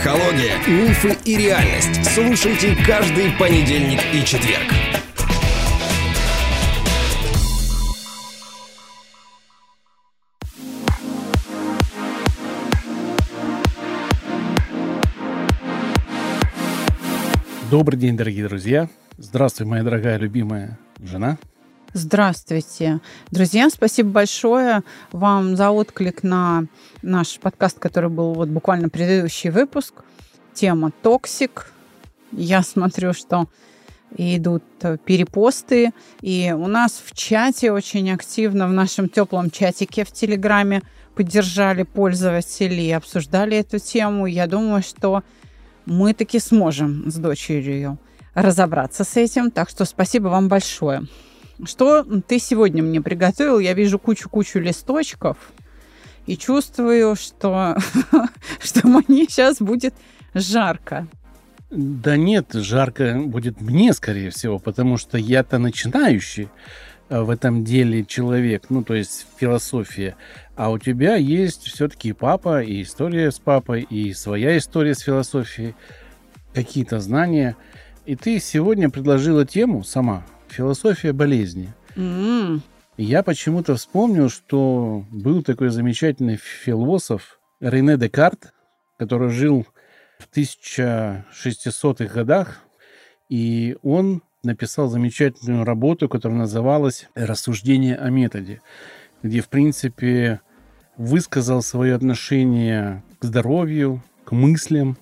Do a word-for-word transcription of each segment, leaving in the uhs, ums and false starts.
Психология, мифы и реальность. Слушайте каждый понедельник и четверг. Добрый день, дорогие друзья. Здравствуй, моя дорогая, любимая жена. Здравствуйте. Друзья, спасибо большое вам за отклик на наш подкаст, который был вот буквально предыдущий выпуск. Тема «Токсик». Я смотрю, что идут перепосты. И у нас в чате очень активно, в нашем теплом чатике в Телеграме поддержали пользователи и обсуждали эту тему. Я думаю, что мы таки сможем с дочерью разобраться с этим. Так что спасибо вам большое. Что ты сегодня мне приготовил? Я вижу кучу-кучу листочков и чувствую, что, что мне сейчас будет жарко. Да нет, жарко будет мне, скорее всего, потому что я-то начинающий в этом деле человек, ну, то есть философия. А у тебя есть все-таки папа, и история с папой, и своя история с философией, какие-то знания. И ты сегодня предложила тему сама – философия болезни. Mm. И я почему-то вспомнил, что был такой замечательный философ Рене Декарт, который жил в тысяча шестисотых годах, и он написал замечательную работу, которая называлась «Рассуждение о методе», где, в принципе, высказал свое отношение к здоровью, к мыслям,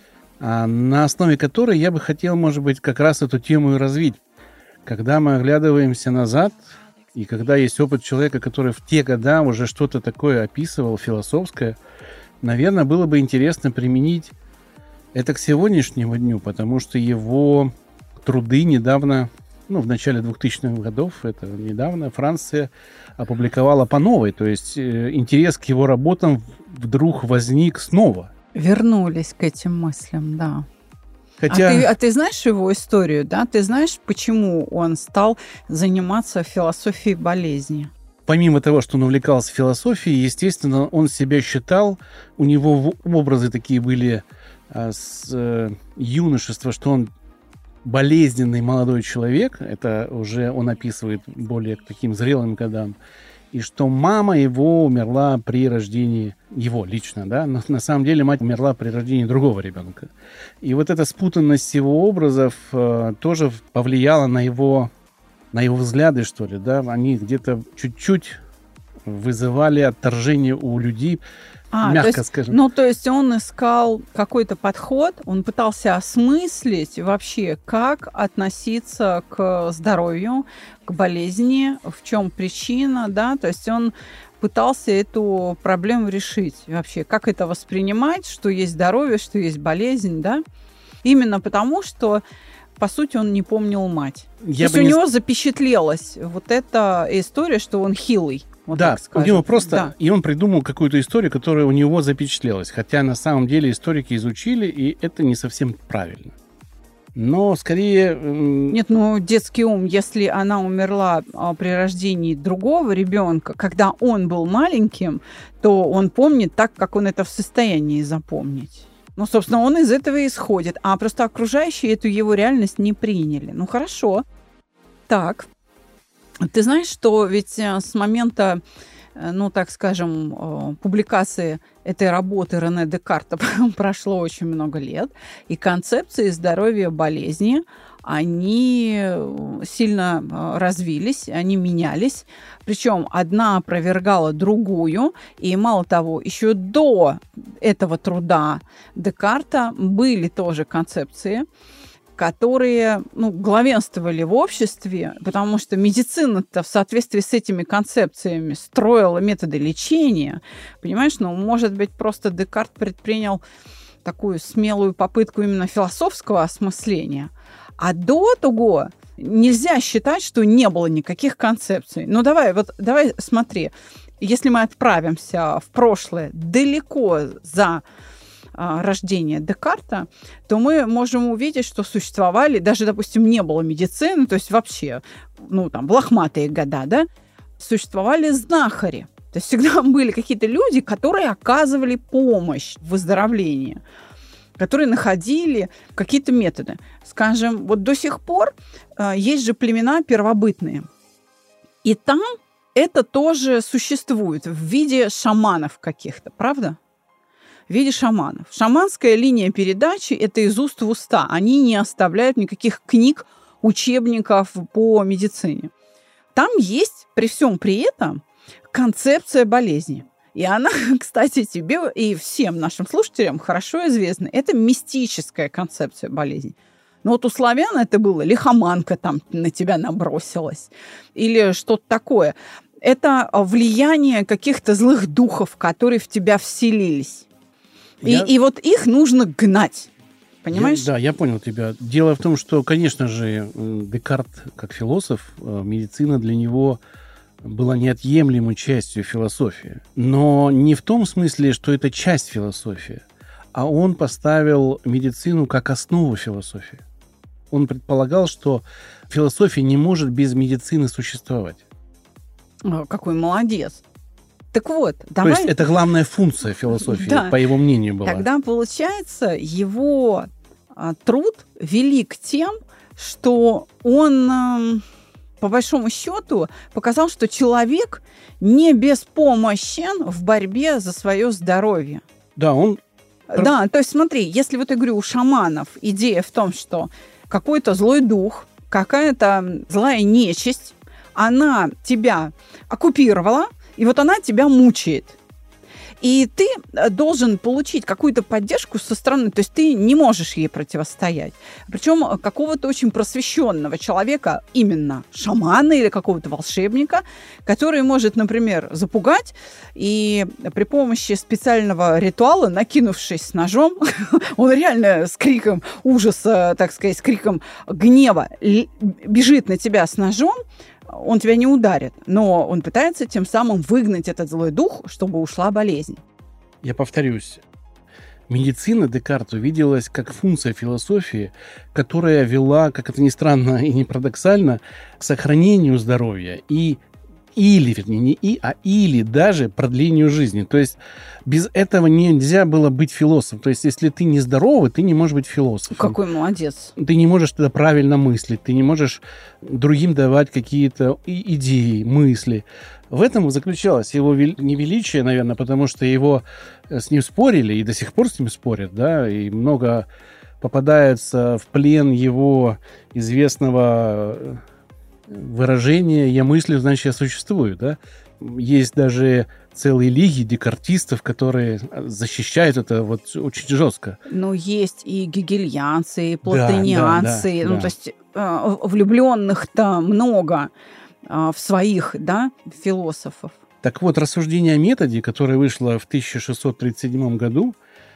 на основе которой я бы хотел, может быть, как раз эту тему и развить. Когда мы оглядываемся назад, и когда есть опыт человека, который в те годы уже что-то такое описывал, философское, наверное, было бы интересно применить это к сегодняшнему дню, потому что его труды недавно, ну, в начале двухтысячных годов, это недавно, Франция опубликовала по новой, то есть э, интерес к его работам вдруг возник снова. Вернулись к этим мыслям, да. Хотя... А, ты, а ты знаешь его историю, да? Ты знаешь, почему он стал заниматься философией болезни? Помимо того, что он увлекался философией, естественно, он себя считал, у него образы такие были а, с а, юношества, что он болезненный молодой человек, это уже он описывает более к таким зрелым годам, и что мама его умерла при рождении его лично, да, но на самом деле мать умерла при рождении другого ребенка. И вот эта спутанность его образов э, тоже повлияла на его, на его взгляды, что ли, да, они где-то чуть-чуть вызывали отторжение у людей, а, мягко то есть, скажем. Ну, то есть он искал какой-то подход, он пытался осмыслить вообще, как относиться к здоровью, к болезни, в чем причина, да, то есть он пытался эту проблему решить вообще, как это воспринимать, что есть здоровье, что есть болезнь, да, именно потому, что, по сути, он не помнил мать. Я то есть у не... него запечатлелась вот эта история, что он хилый. Вот да, у него просто... Да. И он придумал какую-то историю, которая у него запечатлелась. Хотя на самом деле историки изучили, и это не совсем правильно. Но скорее... Нет, ну детский ум, если она умерла а, при рождении другого ребенка, когда он был маленьким, то он помнит так, как он это в состоянии запомнить. Ну, собственно, он из этого исходит. А просто окружающие эту его реальность не приняли. Ну, хорошо. Так. Ты знаешь, что ведь с момента, ну, так скажем, публикации этой работы Рене Декарта прошло очень много лет, и концепции здоровья болезни, они сильно развились, они менялись, причем одна опровергала другую, и мало того, еще до этого труда Декарта были тоже концепции, которые, ну, главенствовали в обществе, потому что медицина-то в соответствии с этими концепциями строила методы лечения. Понимаешь, ну, может быть, просто Декарт предпринял такую смелую попытку именно философского осмысления. А до того нельзя считать, что не было никаких концепций. Ну, давай, вот, давай смотри. Если мы отправимся в прошлое далеко за рождения Декарта, то мы можем увидеть, что существовали, даже, допустим, не было медицины, то есть вообще, ну, там, в лохматые года, да, существовали знахари. То есть всегда были какие-то люди, которые оказывали помощь в выздоровлении. которые находили какие-то методы. Скажем, вот до сих пор э, есть же племена первобытные. И там это тоже существует в виде шаманов каких-то, правда? В виде шаманов. Шаманская линия передачи – это из уст в уста. Они не оставляют никаких книг, учебников по медицине. Там есть, при всем при этом, концепция болезни. И она, кстати, тебе и всем нашим слушателям хорошо известна. Это мистическая концепция болезни. Но вот у славян это было лихоманка там на тебя набросилась или что-то такое. Это влияние каких-то злых духов, которые в тебя вселились. Я... И, и вот их нужно гнать. Понимаешь? Я, да, я понял тебя. Дело в том, что, конечно же, Декарт, как философ, медицина для него была неотъемлемой частью философии. Но не в том смысле, что это часть философии, а он поставил медицину как основу философии. Он предполагал, что философия не может без медицины существовать. О, какой молодец. Так вот, давай... То есть это главная функция философии, да. По его мнению, была. Тогда, получается, его а, труд велик тем, что он... А, по большому счету, показал, что человек не беспомощен в борьбе за свое здоровье. Да, он... Да, то есть смотри, если вот я говорю, у шаманов идея в том, что какой-то злой дух, какая-то злая нечисть, она тебя оккупировала, и вот она тебя мучает. И ты должен получить какую-то поддержку со стороны, то есть ты не можешь ей противостоять. Причем какого-то очень просвещенного человека, именно шамана или какого-то волшебника, который может, например, запугать и при помощи специального ритуала, накинувшись с ножом, он реально с криком ужаса, так сказать, с криком гнева бежит на тебя с ножом, он тебя не ударит, но он пытается тем самым выгнать этот злой дух, чтобы ушла болезнь. Я повторюсь. Медицина Декарту виделась как функция философии, которая вела, как это ни странно и не парадоксально, к сохранению здоровья и или, вернее, не и, а или даже продлению жизни. То есть без этого нельзя было быть философом. То есть если ты не здоровый, ты не можешь быть философом. Какой молодец. Ты не можешь тогда правильно мыслить, ты не можешь другим давать какие-то идеи, мысли. В этом заключалось его невеличие, наверное, потому что его с ним спорили, и до сих пор с ним спорят, да, и много попадается в плен его известного выражение «я мыслю, значит, я существую», да? Есть даже целые лиги декартистов, которые защищают это вот очень жестко. Ну, есть и гегельянцы, и платонианцы. Да, да, да, ну, да. то есть влюбленных-то много в своих, да, философов. Так вот, рассуждение о методе, которое вышло в тысяча шестьсот тридцать седьмом году,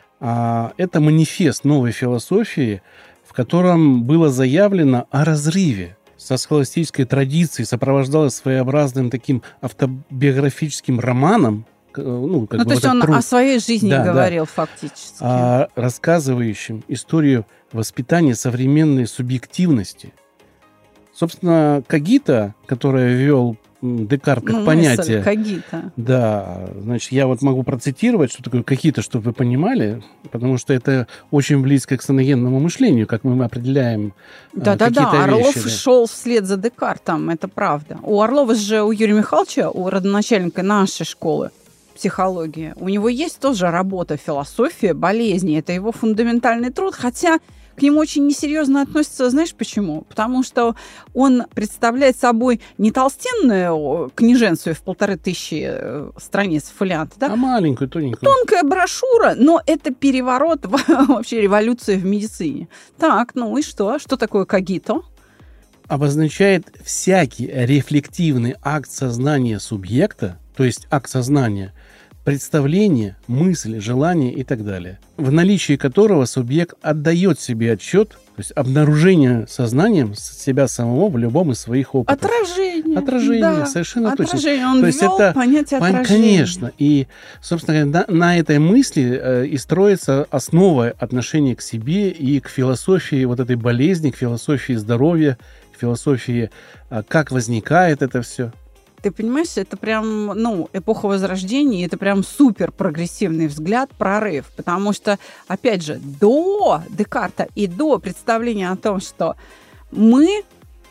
это манифест новой философии, в котором было заявлено о разрыве со схоластической традицией, сопровождалось своеобразным таким автобиографическим романом. Ну, как ну бы то есть он труд. О своей жизни да, говорил да. фактически. А, рассказывающим историю воспитания современной субъективности. Собственно, когито, которое ввел Декарт как ну, понятие. Мысль, когито. Да, значит, я вот могу процитировать, что такое когито, чтобы вы понимали, потому что это очень близко к саногенному мышлению, как мы определяем да, какие-то да, да. вещи. Орлов шел вслед за Декартом, это правда. У Орлова же, у Юрия Михайловича, у родоначальника нашей школы психологии, у него есть тоже работа «Философия болезни». Это его фундаментальный труд, хотя к нему очень несерьезно относятся, знаешь почему? Потому что он представляет собой не толстенную книженцию в полторы тысячи страниц фолианта, да? А маленькую, тоненькую. Тонкая брошюра, но это переворот, вообще революция в медицине. Так, ну и что? Что такое когито? Обозначает всякий рефлективный акт сознания субъекта, то есть акт сознания, представление, мысль, желание и так далее, в наличии которого субъект отдает себе отчет, то есть обнаружение сознанием себя самого в любом из своих опытов. Отражение. Отражение, да. совершенно отражение. точно. Он то есть ввел это понятие отражения. Конечно. И, собственно говоря, на, на этой мысли э, и строится основа отношения к себе и к философии вот этой болезни, к философии здоровья, к философии, э, как возникает это все. Ты понимаешь, это прям, ну, эпоха Возрождения, это прям супер прогрессивный взгляд, прорыв. Потому что, опять же, до Декарта и до представления о том, что мы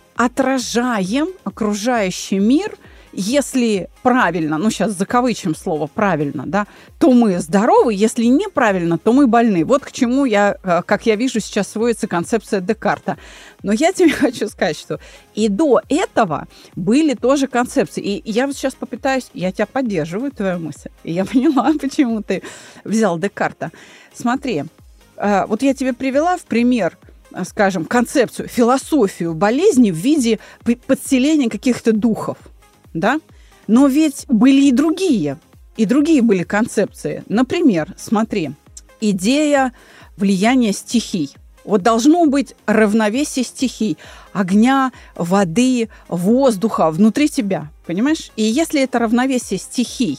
отражаем окружающий мир, если правильно, ну сейчас закавычим слово правильно, да, то мы здоровы, если неправильно, то мы больны. Вот к чему я, как я вижу, сейчас сводится концепция Декарта. Но я тебе хочу сказать, что и до этого были тоже концепции. И я вот сейчас попытаюсь, я тебя поддерживаю, твою мысль. И я поняла, почему ты взял Декарта. Смотри, вот я тебе привела в пример, скажем, концепцию, философию болезни в виде подселения каких-то духов. Да? Но ведь были и другие, и другие были концепции. Например, смотри, идея влияния стихий. Вот должно быть равновесие стихий, огня, воды, воздуха внутри тебя, понимаешь? И если это равновесие стихий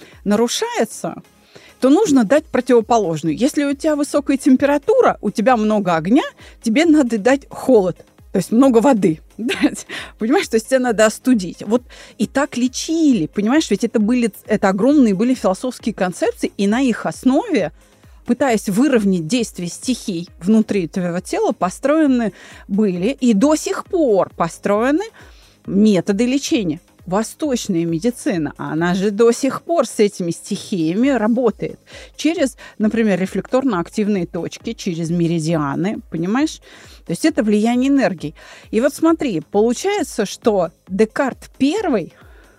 нарушается, то нужно дать противоположную. Если у тебя высокая температура, у тебя много огня, тебе надо дать холод. То есть много воды дать, понимаешь? То есть тебе надо остудить. Вот и так лечили, понимаешь? Ведь это были, это огромные были философские концепции, и на их основе, пытаясь выровнять действие стихий внутри твоего тела, построены были и до сих пор построены методы лечения. Восточная медицина, она же до сих пор с этими стихиями работает. Через, например, рефлекторно-активные точки, через меридианы, понимаешь? То есть это влияние энергии. И вот смотри, получается, что Декарт первый,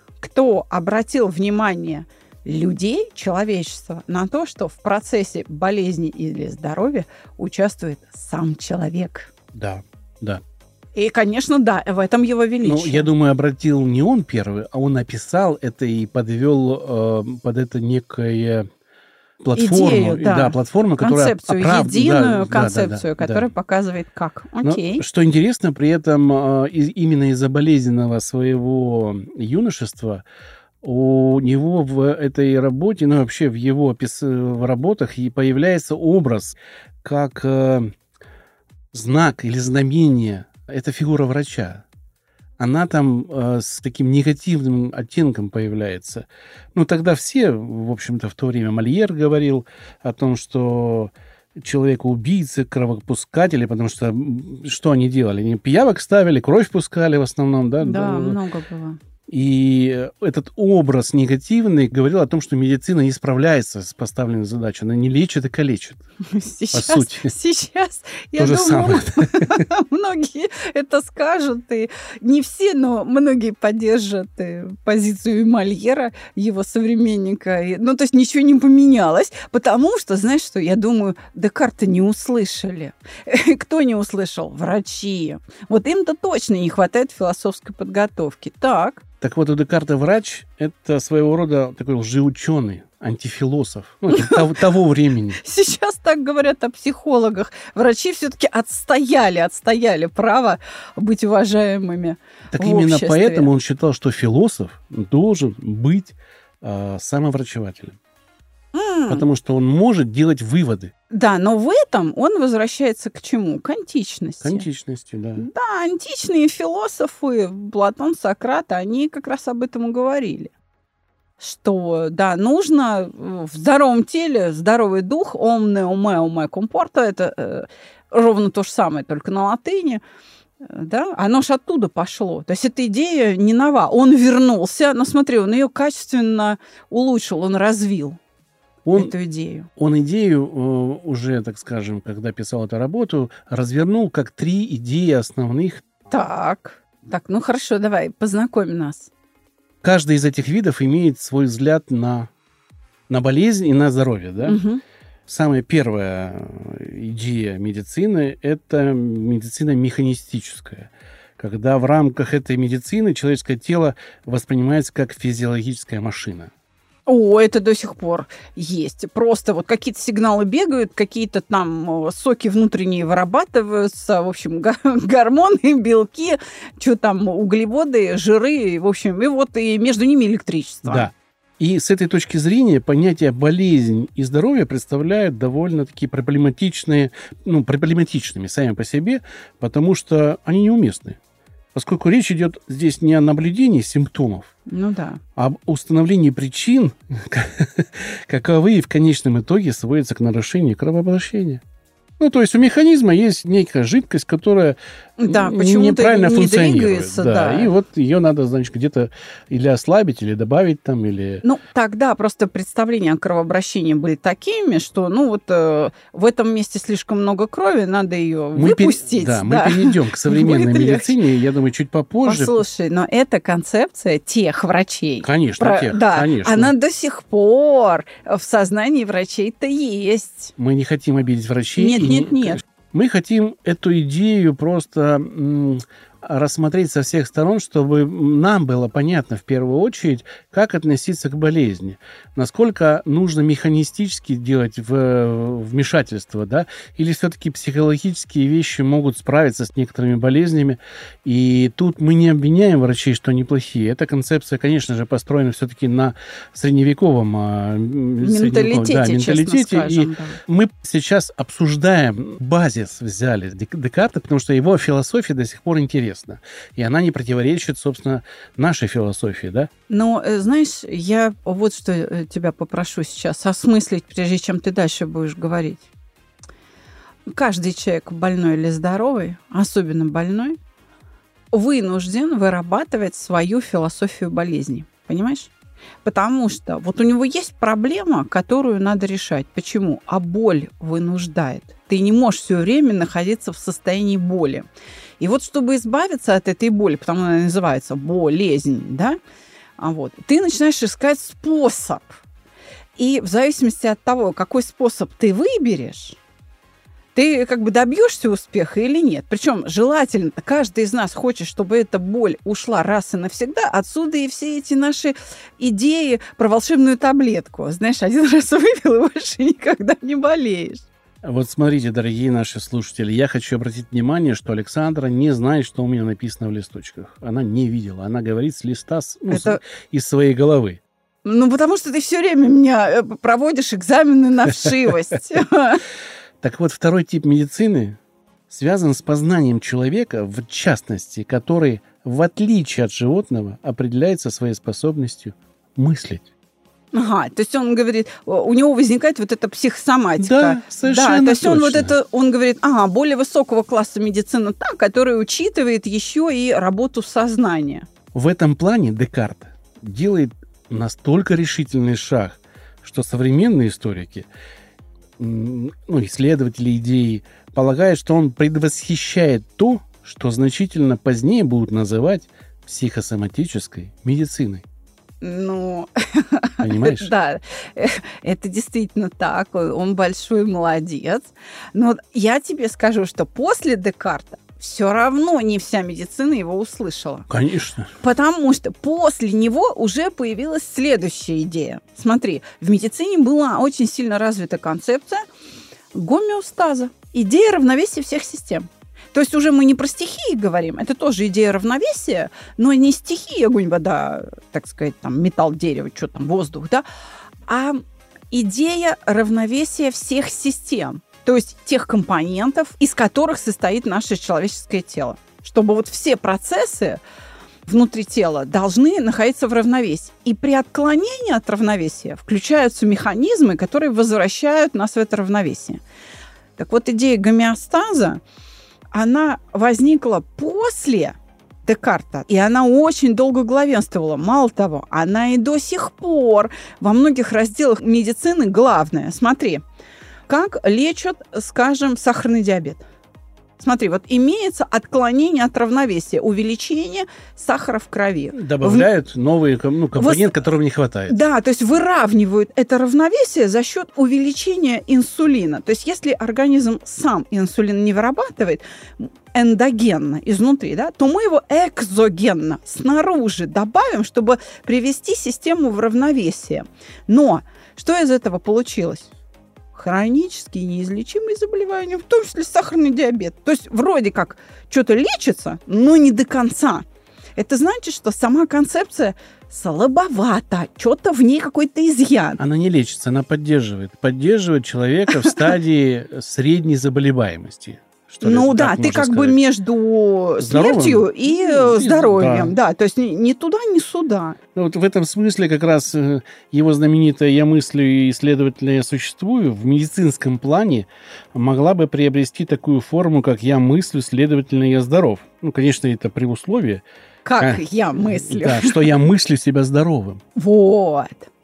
кто обратил внимание людей, человечества, на то, что в процессе болезни или здоровья участвует сам человек. Да, да. И, конечно, да, в этом его величие. Ну, я думаю, обратил не он первый, а он описал это и подвел э, под это некое платформу, идею, да. Да, платформу, которая концепцию, оправ... единую да, концепцию, да, да, да, которая да. показывает как. Окей. Но, что интересно, при этом э, из, именно из-за болезненного своего юношества у него в этой работе, ну вообще в его опис... в работах и появляется образ как э, знак или знамение. Это фигура врача. Она там э, с таким негативным оттенком появляется. Ну, тогда все, в общем-то, в то время Мольер говорил о том, что человека-убийцы, кровопускатели, потому что что они делали? Они пиявок ставили, кровь пускали в основном, да? Да, много было. И этот образ негативный говорил о том, что медицина не справляется с поставленной задачей. Она не лечит и калечит, сейчас, по сути. Сейчас, я То же думаю, самое. многие это скажут, и не все, но многие поддержат позицию Мольера, его современника. Ну, то есть ничего не поменялось, потому что, знаешь что, я думаю, Декарта не услышали. Кто не услышал? Врачи. Вот им-то точно не хватает философской подготовки. Так. Так вот, у Декарта врач – это своего рода такой лжеученый, антифилософ, ну, того, того времени. Сейчас так говорят о психологах. Врачи все-таки отстояли, отстояли право быть уважаемыми Так в именно обществе. поэтому он считал, что философ должен быть э, самоврачевателем. М. Потому что он может делать выводы. Да, но в этом он возвращается к чему? К античности. К античности, да. Да, античные философы, Платон, Сократ, они как раз об этом и говорили. Что, да, нужно в здоровом теле здоровый дух, omne ume ume comporta, это э, ровно то же самое, только на латыни. Да? Оно ж оттуда пошло. То есть эта идея не нова. Он вернулся, но смотри, он ее качественно улучшил, он развил. Он, эту идею. Он идею э, уже, так скажем, когда писал эту работу, развернул как три идеи основных. Так, так, ну хорошо, давай, познакомь нас. Каждый из этих видов имеет свой взгляд на, на болезнь и на здоровье. Да? Угу. Самая первая идея медицины – это медицина механистическая. Когда в рамках этой медицины человеческое тело воспринимается как физиологическая машина. О, это до сих пор есть. Просто вот какие-то сигналы бегают, какие-то там соки внутренние вырабатываются, в общем, гормоны, белки, что там, углеводы, жиры, в общем, и вот и между ними электричество. Да. И с этой точки зрения понятия болезнь и здоровье представляют довольно-таки проблематичные, ну, проблематичными сами по себе, потому что они неуместны. Поскольку речь идет здесь не о наблюдении симптомов, Ну да. а об установлении причин, каковые в конечном итоге сводятся к нарушению кровообращения. Ну, то есть у механизма есть некая жидкость, которая Да, почему-то неправильно не функционирует. двигается, да. И вот ее надо, значит, где-то или ослабить, или добавить там, или... Ну, тогда просто представления о кровообращении были такими, что, ну, вот э, в этом месте слишком много крови, надо ее Мы пер- выпустить. Да, мы перейдем к современной Будет легче. медицине, я думаю, чуть попозже. Послушай, но эта концепция тех врачей, Конечно, про- тех, да, конечно. она до сих пор в сознании врачей-то есть. Мы не хотим обидеть врачей. Нет, и нет, не- нет. Мы хотим эту идею просто м, рассмотреть со всех сторон, чтобы нам было понятно в первую очередь, как относиться к болезни, насколько нужно механистически делать в, вмешательство, да, или все-таки психологические вещи могут справиться с некоторыми болезнями. И тут мы не обвиняем врачей, что они плохие. Эта концепция, конечно же, построена все-таки на средневековом а, м, средневековом, Менталитете, да, честно менталитете. скажем, И да. мы сейчас обсуждаем базис, взяли Дек- Декарта, потому что его философия до сих пор интересна. И она не противоречит, собственно, нашей философии, да? Но, э, знаешь, я вот что э, тебя попрошу сейчас осмыслить, прежде чем ты дальше будешь говорить. Каждый человек, больной или здоровый, особенно больной, вынужден вырабатывать свою философию болезни. Понимаешь? Потому что вот у него есть проблема, которую надо решать. Почему? А боль вынуждает. Ты не можешь все время находиться в состоянии боли. И вот чтобы избавиться от этой боли, потому что она называется болезнь, да, а вот, ты начинаешь искать способ. И в зависимости от того, какой способ ты выберешь, ты как бы добьешься успеха или нет. Причем желательно, каждый из нас хочет, чтобы эта боль ушла раз и навсегда. Отсюда и все эти наши идеи про волшебную таблетку. Знаешь, один раз выпил и больше никогда не болеешь. Вот смотрите, дорогие наши слушатели, я хочу обратить внимание, что Александра не знает, что у меня написано в листочках. Она не видела. Она говорит с листа, с- ну, с- Это- из своей головы. Ну, потому что ты все время меня э, проводишь экзамены на вшивость. Так вот, второй тип медицины связан с познанием человека, в частности, который, в отличие от животного, определяется своей способностью мыслить. Ага, то есть он говорит, у него возникает вот эта психосоматика. Да, совершенно Да, то есть он вот точно. это, он говорит, ага, более высокого класса медицина та, которая учитывает еще и работу сознания. В этом плане Декарт делает настолько решительный шаг, что современные историки, м, ну, исследователи идеи, полагают, что он предвосхищает то, что значительно позднее будут называть психосоматической медициной. Ну, Понимаешь? да, это действительно так, он большой молодец. Но я тебе скажу, что после Декарта все равно не вся медицина его услышала. Конечно. Потому что после него уже появилась следующая идея. Смотри, в медицине была очень сильно развита концепция гомеостаза, идея равновесия всех систем. То есть уже мы не про стихии говорим, это тоже идея равновесия, но не стихия, огонь, вода, так сказать, там, металл, дерево, что там, воздух, да, а идея равновесия всех систем, то есть тех компонентов, из которых состоит наше человеческое тело. Чтобы вот все процессы внутри тела должны находиться в равновесии. И при отклонении от равновесия включаются механизмы, которые возвращают нас в это равновесие. Так вот, идея гомеостаза, она возникла после Декарта, и она очень долго главенствовала. Мало того, она и до сих пор во многих разделах медицины главная. Смотри, как лечат, скажем, сахарный диабет. Смотри, вот имеется отклонение от равновесия, увеличение сахара в крови. Добавляют в... новый ну, компонент, Вос... которого не хватает. Да, то есть выравнивают это равновесие за счет увеличения инсулина. То есть если организм сам инсулин не вырабатывает эндогенно, изнутри, да, то мы его экзогенно, снаружи добавим, чтобы привести систему в равновесие. Но что из этого получилось? Хронические неизлечимые заболевания, в том числе сахарный диабет. То есть вроде как что-то лечится, но не до конца. Это значит, что сама концепция слабовата, что-то в ней какой-то изъян. Она не лечится, она поддерживает. Поддерживает человека в стадии средней заболеваемости. Что ли, Ну да, так ты можно как бы сказать. между Здоровым? смертью и Ну, э, и- здоровьем. Да. то есть ни, ни туда, ни сюда. Ну, вот в этом смысле как раз э, его знаменитая «Я мыслю и, следовательно, я существую» в медицинском плане могла бы приобрести такую форму, как «Я мыслю, следовательно, я здоров». Ну, конечно, это при условии, Как А, я мыслю. да, что я мыслю себя здоровым. Вот.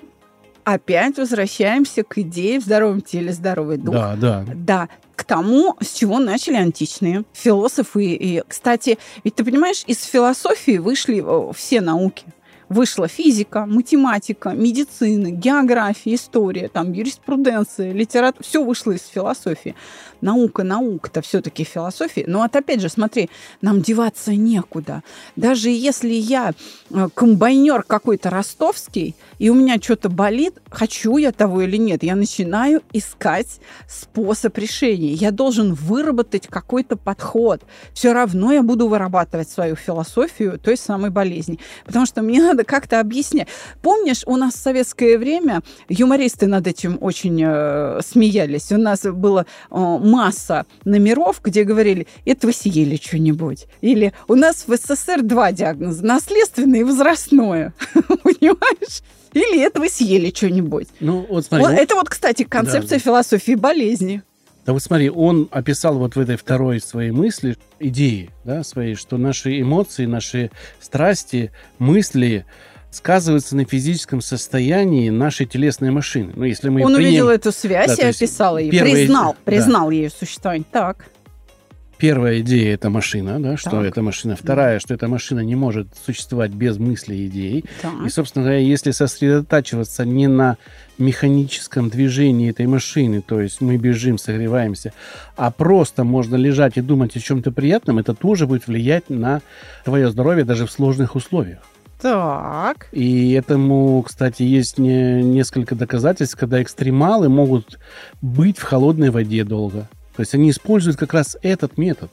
Опять возвращаемся к идее в здоровом теле здоровый дух. Да, да. Да, к тому, с чего начали античные философы. И, кстати, ведь ты понимаешь, из философии вышли э, все науки. Вышла физика, математика, медицина, география, история, там, юриспруденция, литература. Все вышло из философии. Наука, наука-то все-таки философия. Но вот опять же, смотри, нам деваться некуда. Даже если я э, комбайнер какой-то ростовский, и у меня что-то болит, хочу я того или нет, я начинаю искать способ решения. Я должен выработать какой-то подход. Все равно я буду вырабатывать свою философию той самой болезни. Потому что мне надо как-то объяснять. Помнишь, у нас в советское время юмористы над этим очень э, смеялись. У нас было э, масса номеров, где говорили, это вы съели что-нибудь. Или у нас в СССР два диагноза, наследственное и возрастное. Понимаешь? Или это вы съели что-нибудь. Ну, вот смотри. Вот, он- это вот, кстати, концепция Да. философии болезни. Да вот смотри, он описал вот в этой второй своей мысли, идеи, да, своей, что наши эмоции, наши страсти, мысли сказываются на физическом состоянии нашей телесной машины. Ну, если мы Он приним- увидел эту связь Да, и то есть описал ее. первая- Признал, да. признал ее существование. Так. Первая идея – это машина, да, что Так. это машина. Вторая, что эта машина не может существовать без мыслей и идей. так. И, собственно говоря, если сосредотачиваться не на механическом движении этой машины, то есть мы бежим, согреваемся, а просто можно лежать и думать о чем-то приятном, это тоже будет влиять на твое здоровье даже в сложных условиях. Так. И этому, кстати, есть не- несколько доказательств, когда экстремалы могут быть в холодной воде долго. То есть они используют как раз этот метод.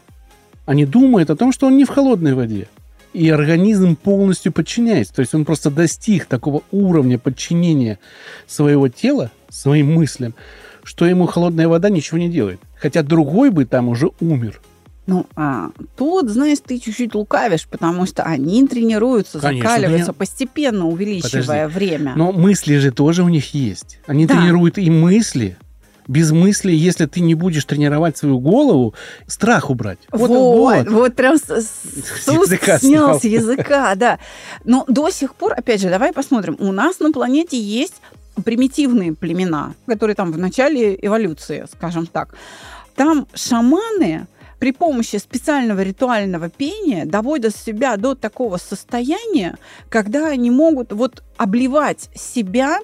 Они думают о том, что он не в холодной воде. И организм полностью подчиняется. То есть он просто достиг такого уровня подчинения своего тела, своим мыслям, что ему холодная вода ничего не делает. Хотя другой бы там уже умер. Ну, а тут, знаешь, ты чуть-чуть лукавишь, потому что они тренируются, Конечно, закаливаются, да я- постепенно увеличивая время. Но мысли же тоже у них есть. Они Да. тренируют и мысли. Без мыслей, если ты не будешь тренировать свою голову, страх убрать. Вот, Вот, вот, вот. прям с, с уст языка снял снял. с языка, да. Но до сих пор, опять же, давай посмотрим. У нас на планете есть примитивные племена, которые там в начале эволюции, скажем так. Там шаманы при помощи специального ритуального пения доводят себя до такого состояния, когда они могут вот обливать себя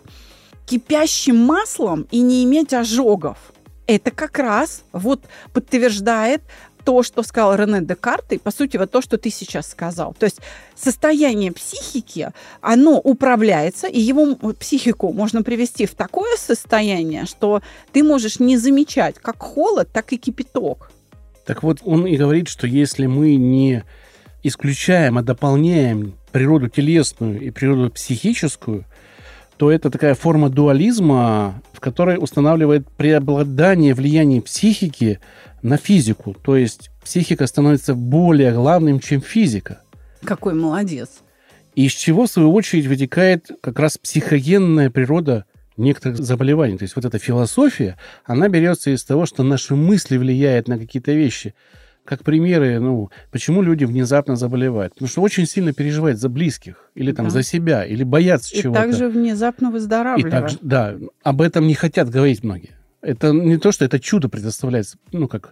кипящим маслом и не иметь ожогов. Это как раз вот подтверждает то, что сказал Рене Декарт, и, по сути, вот то, что ты сейчас сказал. То есть состояние психики, оно управляется, и его психику можно привести в такое состояние, что ты можешь не замечать как холод, так и кипяток. Так вот, он и говорит, что если мы не исключаем, а дополняем природу телесную и природу психическую, то это такая форма дуализма, в которой устанавливает преобладание влияния психики на физику. То есть психика становится более главным, чем физика. Какой молодец. Из чего, в свою очередь, вытекает как раз психогенная природа некоторых заболеваний. То есть вот эта философия, она берется из того, что наши мысли влияют на какие-то вещи. Как примеры, ну, почему люди внезапно заболевают? Потому что очень сильно переживают за близких, или там Да. за себя, или боятся И чего-то. также внезапно И выздоравливают. также, да, об этом не хотят говорить многие. Это не то, что это чудо предоставляется, ну, как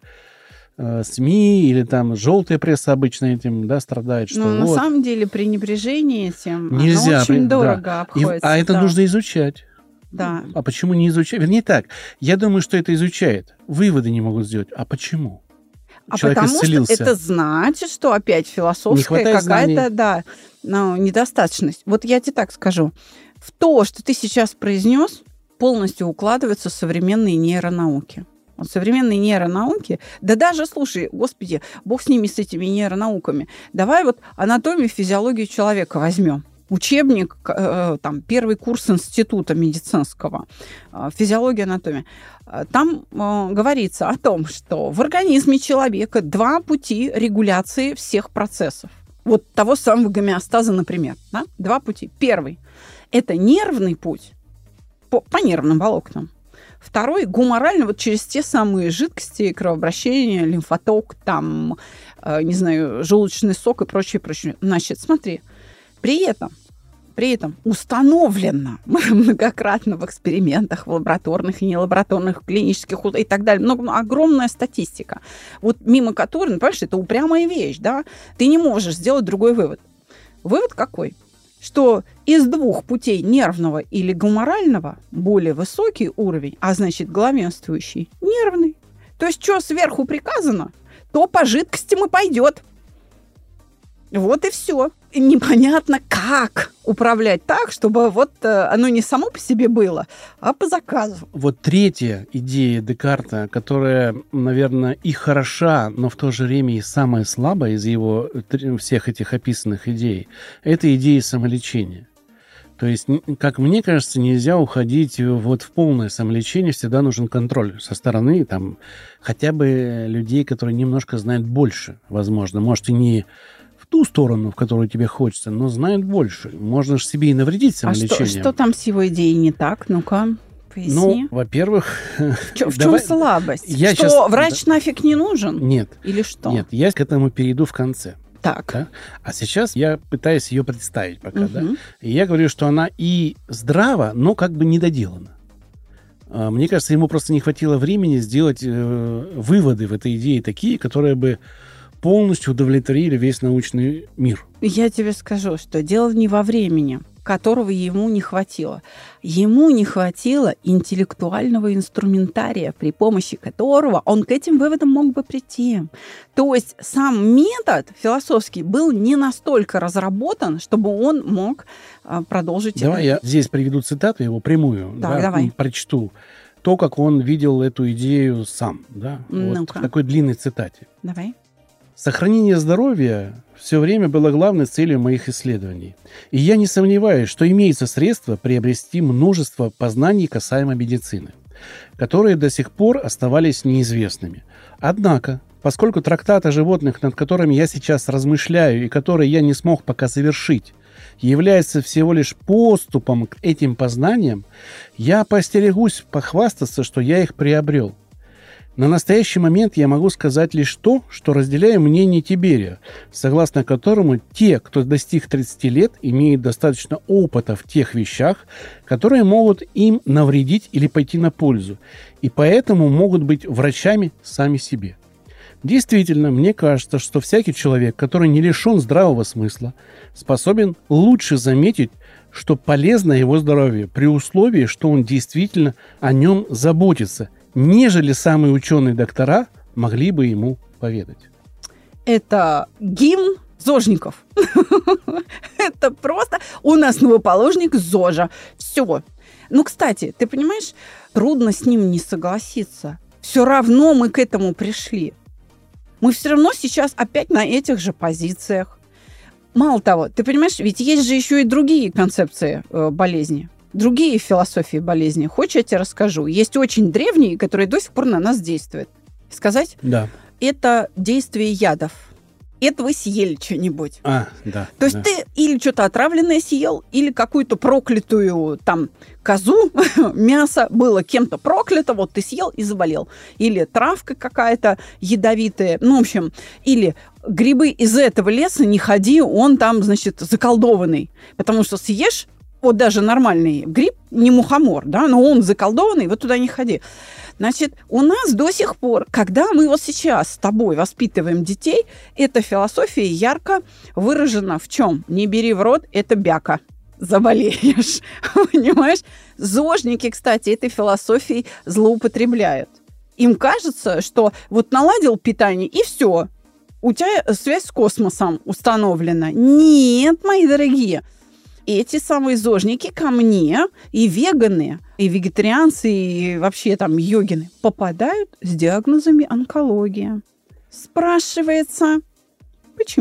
э, СМИ или там желтая пресса обычно этим, да, страдает, что Но на вот, самом деле пренебрежение этим оно нельзя. очень при- дорого да. И- обходится. а это да. нужно изучать. Да. А почему не изучать? Вернее так, я думаю, что это изучает. Выводы не могут сделать. А почему? А Человек потому исцелился. что это значит, что опять Не философская хватает какая-то, знаний. да, ну, недостаточность. Вот я тебе так скажу. В то, что ты сейчас произнес, полностью укладываются современные нейронауки. Вот современные нейронауки, да даже, слушай, господи, бог с ними, с этими нейронауками. Давай вот анатомию, физиологию человека возьмем. учебник, э, там, первый курс института медицинского, э, физиология, анатомия. Там э, говорится о том, что в организме человека два пути регуляции всех процессов. Вот того самого гомеостаза, например. Да? Два пути. Первый – это нервный путь по, по нервным волокнам. Второй – гуморальный, вот через те самые жидкости, кровообращение, лимфоток, там, э, не знаю, желудочный сок и прочее, прочее. Значит, смотри, при этом, при этом установлено многократно в экспериментах, в лабораторных и нелабораторных, клинических и так далее, много, огромная статистика, вот мимо которой, ну, понимаешь, это упрямая вещь, да, ты не можешь сделать другой вывод. Вывод какой? Что из двух путей нервного или гуморального более высокий уровень, а значит главенствующий нервный. То есть, что сверху приказано, то по жидкостям и пойдет. Вот и все. Непонятно, как управлять так, чтобы вот оно не само по себе было, а по заказу. Вот третья идея Декарта, которая, наверное, и хороша, но в то же время и самая слабая из его всех этих описанных идей, это идея самолечения. То есть, как мне кажется, нельзя уходить вот в полное самолечение, всегда нужен контроль со стороны там, хотя бы людей, которые немножко знают больше, возможно, может, и не в ту сторону, в которую тебе хочется, но знают больше. Можно же себе и навредить самолечением. А что, что там с его идеей не так? Ну-ка, поясни. Ну, во-первых... В чем слабость? Я что, сейчас... врач да. нафиг не нужен? Нет. Или что? Нет, я к этому перейду в конце. Так. Да? А сейчас я пытаюсь ее представить пока, угу. да? И я говорю, что она и здрава, но как бы недоделана. Мне кажется, ему просто не хватило времени сделать э, выводы в этой идее такие, которые бы полностью удовлетворили весь научный мир. Я тебе скажу, что дело не во времени, которого ему не хватило. Ему не хватило интеллектуального инструментария, при помощи которого он к этим выводам мог бы прийти. То есть сам метод философский был не настолько разработан, чтобы он мог продолжить... Давай это. Я здесь приведу цитату его прямую, так, да, давай. прочту. То, как он видел эту идею сам. Да? Вот в такой длинной цитате. Давай. Сохранение здоровья все время было главной целью моих исследований. И я не сомневаюсь, что имеется средство приобрести множество познаний касаемо медицины, которые до сих пор оставались неизвестными. Однако, поскольку трактат о животных, над которыми я сейчас размышляю и который я не смог пока завершить, является всего лишь поступом к этим познаниям, я поостерегусь похвастаться, что я их приобрел. На настоящий момент я могу сказать лишь то, что разделяю мнение Тиберия, согласно которому те, кто достиг тридцати лет, имеют достаточно опыта в тех вещах, которые могут им навредить или пойти на пользу, и поэтому могут быть врачами сами себе. Действительно, мне кажется, что всякий человек, который не лишен здравого смысла, способен лучше заметить, что полезно его здоровью, при условии, что он действительно о нем заботится, нежели самые ученые-доктора могли бы ему поведать. Это гимн зожников. Это просто у нас новоположник ЗОЖа. Все. Ну, кстати, ты понимаешь, трудно с ним не согласиться. Все равно мы к этому пришли. Мы все равно сейчас опять на этих же позициях. Мало того, ты понимаешь, ведь есть же еще и другие концепции э, болезни. Другие философии болезни. Хочешь, я тебе расскажу? Есть очень древние, которые до сих пор на нас действуют. Сказать? Да. Это действие ядов. Это вы съели что-нибудь. А, да. То есть да. ты или что-то отравленное съел, или какую-то проклятую там козу, мясо было кем-то проклято, вот ты съел и заболел. Или травка какая-то ядовитая. Ну, в общем, или грибы из этого леса не ходи, он там, значит, заколдованный. Потому что съешь вот даже нормальный гриб, не мухомор, да, но он заколдованный, вот туда не ходи. Значит, у нас до сих пор, когда мы вот сейчас с тобой воспитываем детей, эта философия ярко выражена в чем? Не бери в рот, это бяка. Заболеешь. Понимаешь? Зожники, кстати, этой философией злоупотребляют. Им кажется, что вот наладил питание, и все. У тебя связь с космосом установлена. Нет, мои дорогие. Эти самые зожники ко мне, и веганы, и вегетарианцы, и вообще там йогины попадают с диагнозами онкология. Спрашивается, почему?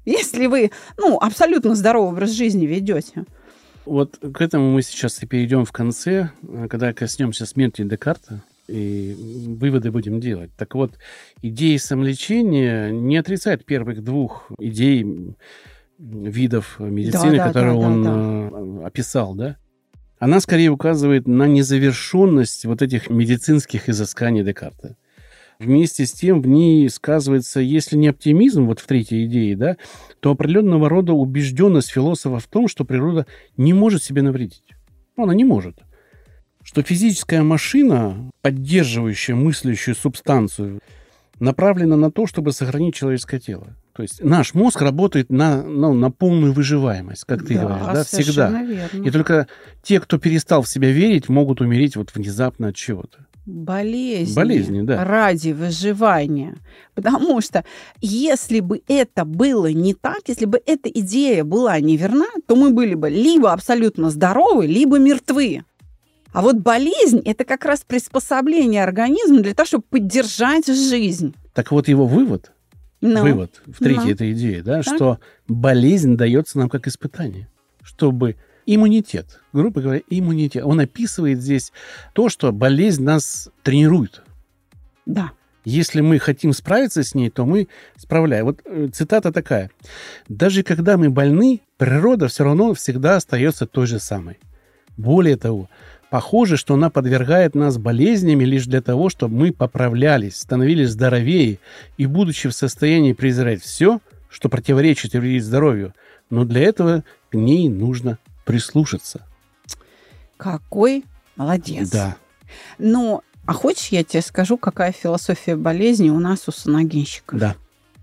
если вы, ну, абсолютно здоровый образ жизни ведете. Вот к этому мы сейчас и перейдем в конце, когда коснемся смерти Декарта, и выводы будем делать. Так вот, идея самолечения не отрицает первых двух идей видов медицины, Да, да, которые да, да, он да. э, описал, да? Она скорее указывает на незавершенность вот этих медицинских изысканий Декарта. Вместе с тем в ней сказывается, если не оптимизм, вот в третьей идее, да, то определенного рода убежденность философа в том, что природа не может себе навредить. Ну, она не может. Что физическая машина, поддерживающая мыслящую субстанцию, направлена на то, чтобы сохранить человеческое тело. То есть наш мозг работает на, ну, на полную выживаемость, как ты Да, говоришь, да, совершенно всегда. верно. И только те, кто перестал в себя верить, могут умереть вот внезапно от чего-то. Болезни, Болезни, да. ради выживания. Потому что если бы это было не так, если бы эта идея была неверна, то мы были бы либо абсолютно здоровы, либо мертвы. А вот болезнь – это как раз приспособление организма для того, чтобы поддержать жизнь. Так вот его вывод, Ну, вывод в третьей ну. этой идее, да, Так. что болезнь дается нам как испытание, чтобы иммунитет, грубо говоря, иммунитет. Он описывает здесь то, что болезнь нас тренирует. Да. Если мы хотим справиться с ней, то мы справляем. Вот э, цитата такая. «Даже когда мы больны, природа все равно всегда остается той же самой. Более того, похоже, что она подвергает нас болезнями лишь для того, чтобы мы поправлялись, становились здоровее и, будучи в состоянии презирать все, что противоречит и вредит здоровью, но для этого к ней нужно прислушаться». Какой молодец. Да. Ну, а хочешь, я тебе скажу, какая философия болезни у нас у саногенщиков? Да.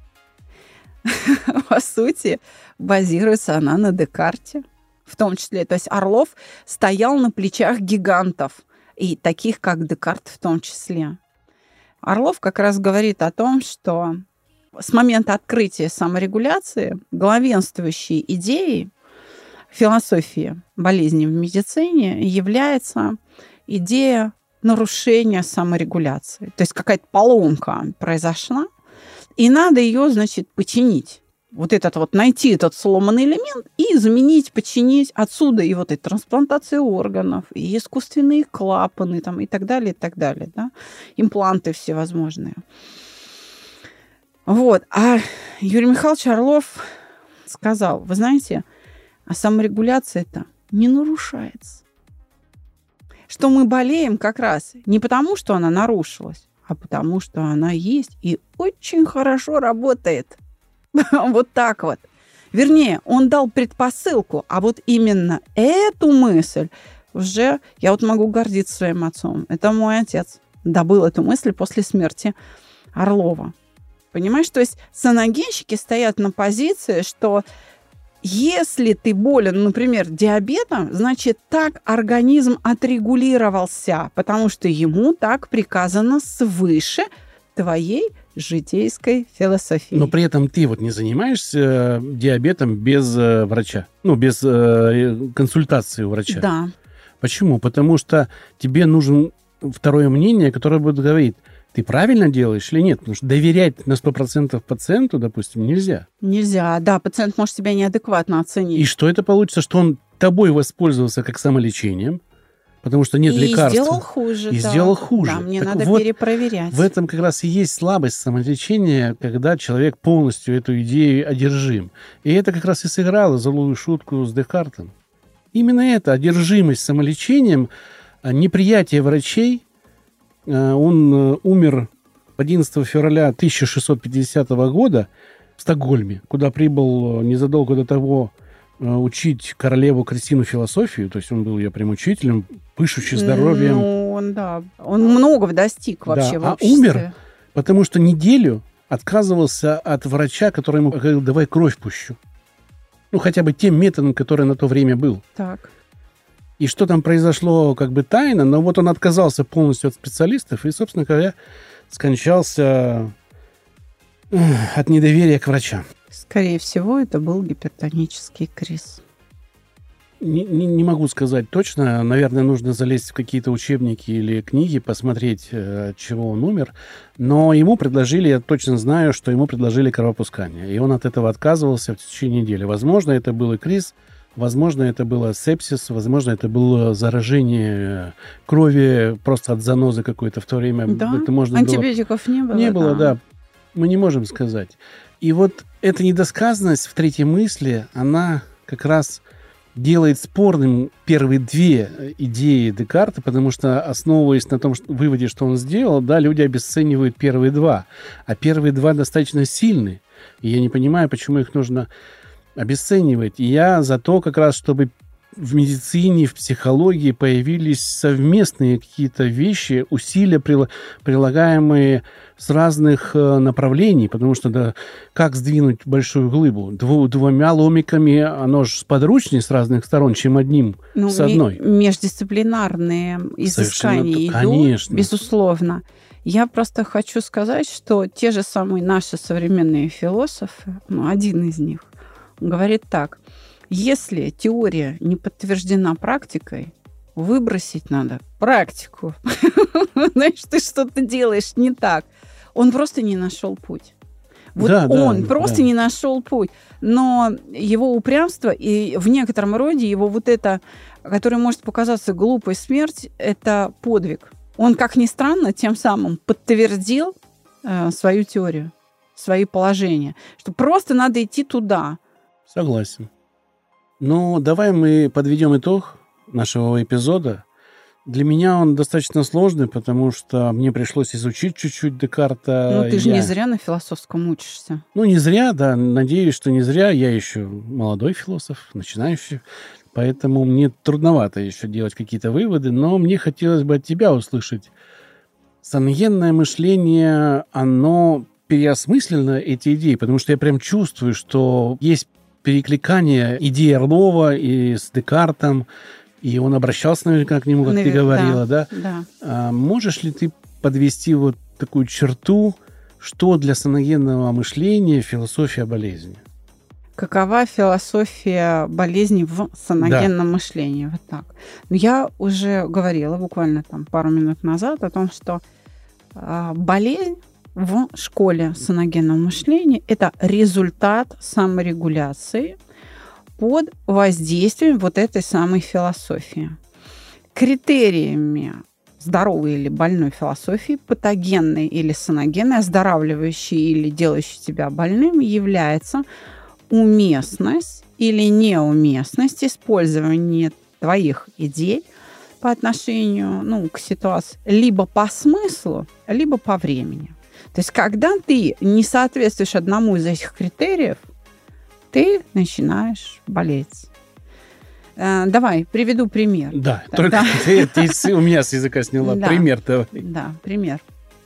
По сути, базируется она на Декарте. В том числе, то есть Орлов стоял на плечах гигантов, и таких, как Декарт в том числе. Орлов как раз говорит о том, что с момента открытия саморегуляции главенствующей идеей философии болезни в медицине является идея нарушения саморегуляции. То есть какая-то поломка произошла, и надо ее, значит, починить. Вот этот вот, найти этот сломанный элемент и заменить, починить. Отсюда и вот эта трансплантация органов, и искусственные клапаны там, и так далее, и так далее. Да? Импланты всевозможные. Вот. А Юрий Михайлович Орлов сказал, вы знаете, а саморегуляция-то не нарушается. Что мы болеем как раз не потому, что она нарушилась, а потому, что она есть и очень хорошо работает. Вот так вот. Вернее, он дал предпосылку, а вот именно эту мысль уже я вот могу гордиться своим отцом. Это мой отец добыл эту мысль после смерти Орлова. Понимаешь? То есть саногенщики стоят на позиции, что если ты болен, например, диабетом, значит, так организм отрегулировался, потому что ему так приказано свыше твоей житейской философии. Но при этом ты вот не занимаешься диабетом без э, врача, ну, без э, консультации у врача. Да. Почему? Потому что тебе нужен второе мнение, которое будет говорить, ты правильно делаешь или нет. Потому что доверять на сто процентов пациенту, допустим, нельзя. Нельзя. Да, пациент может себя неадекватно оценить. И что это получится? Что он тобой воспользовался как самолечением, потому что нет и лекарств. сделал хуже. И да. сделал хуже. Да, мне Так надо вот, перепроверять. В этом как раз и есть слабость самолечения, когда человек полностью эту идею одержим. И это как раз и сыграло злую шутку с Декартом. Именно это, одержимость самолечением, неприятие врачей. Он умер одиннадцатого февраля тысяча шестьсот пятидесятого года в Стокгольме, куда прибыл незадолго до того учить королеву Кристину философию, то есть он был ее прям учителем, пышущий здоровьем. Ну, он, да, он многого достиг вообще Да, в а обществе. умер, потому что неделю отказывался от врача, который ему говорил, давай кровь пущу. Ну, хотя бы тем методом, который на то время был. Так. И что там произошло, как бы тайно, но вот он отказался полностью от специалистов и, собственно говоря, скончался от недоверия к врачам. Скорее всего, это был гипертонический криз. Не, не, не могу сказать точно. Наверное, нужно залезть в какие-то учебники или книги, посмотреть, от чего он умер. Но ему предложили, я точно знаю, что ему предложили кровопускание. И он от этого отказывался в течение недели. Возможно, это был икриз, возможно, это было сепсис, возможно, это было заражение крови просто от занозы какой-то в то время. Да? Это можно Антибиотиков было... не было? Не было, да. Мы не можем сказать. И вот эта недосказанность в третьей мысли, она как раз делает спорным первые две идеи Декарта, потому что, основываясь на том что, выводе, что он сделал, да, люди обесценивают первые два. А первые два достаточно сильны. И я не понимаю, почему их нужно обесценивать. И я за то как раз, чтобы в медицине, в психологии появились совместные какие-то вещи, усилия, прилагаемые с разных направлений, потому что да, как сдвинуть большую глыбу? Дву, двумя ломиками оно же сподручнее с разных сторон, чем одним ну, с одной. Междисциплинарные изыскания идут, конечно. Безусловно. Я просто хочу сказать, что те же самые наши современные философы, ну, один из них, говорит так: если теория не подтверждена практикой, выбросить надо практику. Знаешь, ты что-то делаешь не так. Он просто не нашел путь. Вот да, он да, просто да. не нашел путь. Но его упрямство и в некотором роде его вот это, которое может показаться глупой смерть, это подвиг. Он, как ни странно, тем самым подтвердил э, свою теорию, свои положения. Что просто надо идти туда. Согласен. Ну, давай мы подведем итог нашего эпизода. Для меня он достаточно сложный, потому что мне пришлось изучить чуть-чуть Декарта. Ну, ты же я... не зря на философском учишься. Ну, не зря, да. Надеюсь, что не зря. Я еще молодой философ, начинающий. Поэтому мне трудновато еще делать какие-то выводы. Но мне хотелось бы от тебя услышать. Саногенное мышление, оно переосмыслено, эти идеи, потому что я прям чувствую, что есть перекликание идей Орлова и с Декартом, и он обращался наверняка к нему, как Навер... ты говорила, да? да? да. А можешь ли ты подвести вот такую черту, что для саногенного мышления философия болезни? Какова философия болезни в саногенном да. мышлении? Вот так. Но я уже говорила буквально там пару минут назад о том, что э, болезнь в школе саногенного мышления – это результат саморегуляции под воздействием вот этой самой философии. Критериями здоровой или больной философии, патогенной или саногенной, оздоравливающей или делающей тебя больным, является уместность или неуместность использования твоих идей по отношению ну, к ситуации либо по смыслу, либо по времени. То есть, когда ты не соответствуешь одному из этих критериев, ты начинаешь болеть. Э, давай, приведу пример. Да, да только да. Ты, ты у меня с языка сняла. Да. Пример давай. Да, пример.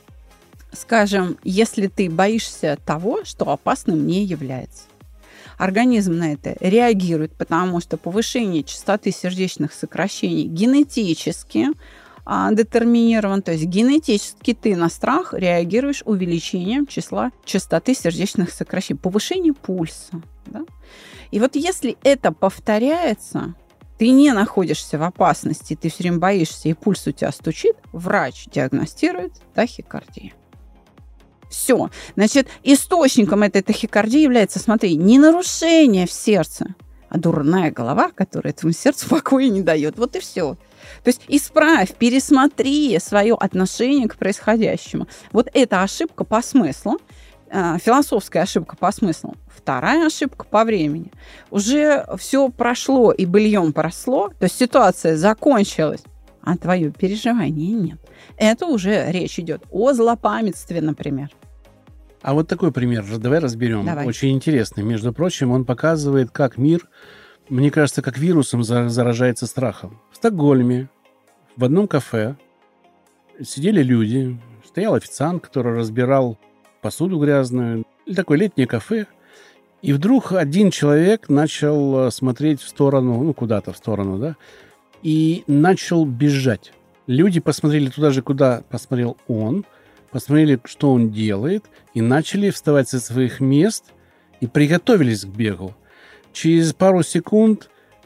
Скажем, если ты боишься того, что опасным не является. Организм на это реагирует, потому что повышение частоты сердечных сокращений генетически детерминирован, то есть генетически ты на страх реагируешь увеличением числа частоты сердечных сокращений, повышение пульса. Да? И вот если это повторяется, ты не находишься в опасности, ты все время боишься, и пульс у тебя стучит, врач диагностирует тахикардию. Все. Значит, источником этой тахикардии является, смотри, не нарушение в сердце, а дурная голова, которая этому сердцу покоя не дает. Вот и все. То есть исправь, пересмотри свое отношение к происходящему. Вот это ошибка по смыслу, э, философская ошибка по смыслу. Вторая ошибка по времени. Уже все прошло и быльем поросло, то есть ситуация закончилась, а твое переживание нет. Это уже речь идет о злопамятстве, например. А вот такой пример давай разберем. Давай. Очень интересный. Между прочим, он показывает, как мир, мне кажется, как вирусом заражается страхом. В Стокгольме в одном кафе сидели люди, стоял официант, который разбирал посуду грязную. Такое летнее кафе. И вдруг один человек начал смотреть в сторону, ну, куда-то в сторону, да, и начал бежать. Люди посмотрели туда же, куда посмотрел он, посмотрели, что он делает, и начали вставать со своих мест и приготовились к бегу. Через пару секунд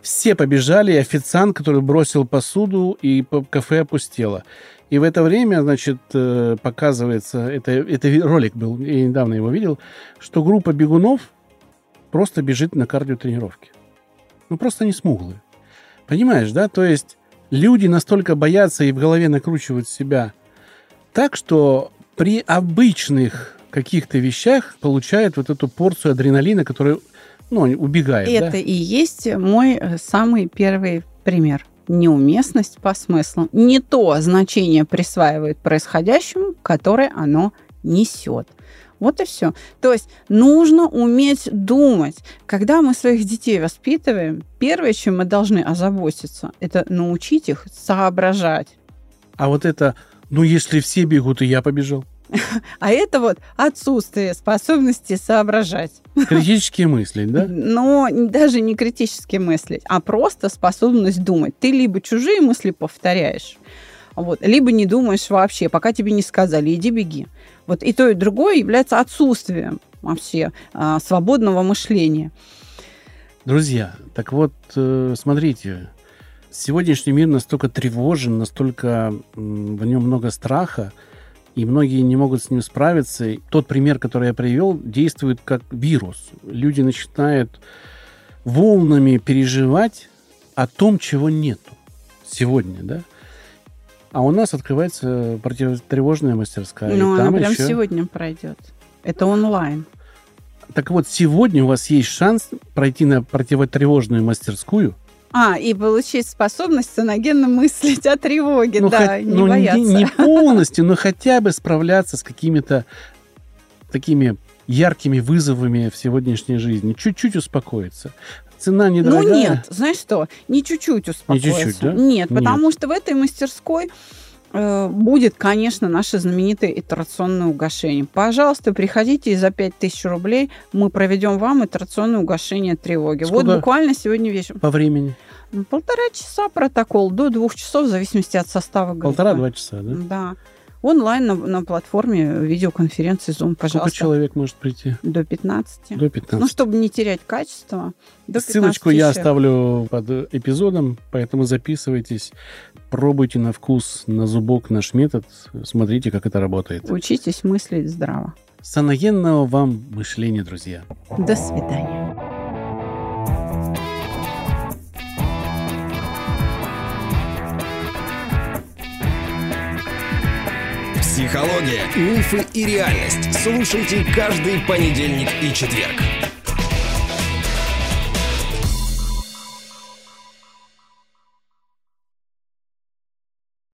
Все побежали, и официант, который бросил посуду, и кафе опустело. И в это время, значит, показывается, это, это ролик был, я недавно его видел, что группа бегунов просто бежит на кардиотренировке. Ну, просто не смуглые. Понимаешь, да? То есть люди настолько боятся и в голове накручивают себя так, что при обычных каких-то вещах получают вот эту порцию адреналина, которая, ну, убегает. Это да? и есть мой самый первый пример. Неуместность по смыслу. Не то значение присваивает происходящему, которое оно несет. Вот и все. То есть нужно уметь думать. Когда мы своих детей воспитываем, первое, чем мы должны озаботиться, это научить их соображать. А вот это, ну, если все бегут, и я побежал. А это вот отсутствие способности соображать. Критические мысли, да? Но даже не критически мыслить, а просто способность думать. Ты либо чужие мысли повторяешь, вот, либо не думаешь вообще, пока тебе не сказали, иди беги. Вот и то, и другое является отсутствием вообще а, свободного мышления. Друзья, так вот, смотрите, сегодняшний мир настолько тревожен, настолько в нем много страха, и многие не могут с ним справиться. И тот пример, который я привел, действует как вирус. Люди начинают волнами переживать о том, чего нету сегодня, да? А у нас открывается противотревожная мастерская. Ну, она там прям еще... сегодня пройдет. Это онлайн. Так вот, сегодня у вас есть шанс пройти на противотревожную мастерскую. А, и получить способность саногенно мыслить о тревоге, ну, да, хоть, не ну, бояться. Не, не полностью, но хотя бы справляться с какими-то такими яркими вызовами в сегодняшней жизни. Чуть-чуть успокоиться. Цена недорогая. Ну нет, знаешь что, не чуть-чуть успокоиться. Не чуть-чуть, да? Нет, Нет, потому что в этой мастерской э, будет, конечно, наше знаменитое итерационное угошение. Пожалуйста, приходите, и за пять тысяч рублей мы проведем вам итерационное угошение тревоги. Сколько? Вот буквально сегодня вечером. По времени? Полтора часа протокол, до двух часов, в зависимости от состава группы. Полтора-два часа, да? Да. Онлайн на, на платформе видеоконференции Zoom, пожалуйста. Сколько человек может прийти? До пятнадцати. До пятнадцати. Ну, чтобы не терять качество. До Ссылочку я человек. оставлю под эпизодом, поэтому записывайтесь, пробуйте на вкус, на зубок наш метод, смотрите, как это работает. Учитесь мыслить здраво. Саногенного вам мышления, друзья. До свидания. Психология, мифы и реальность. Слушайте каждый понедельник и четверг.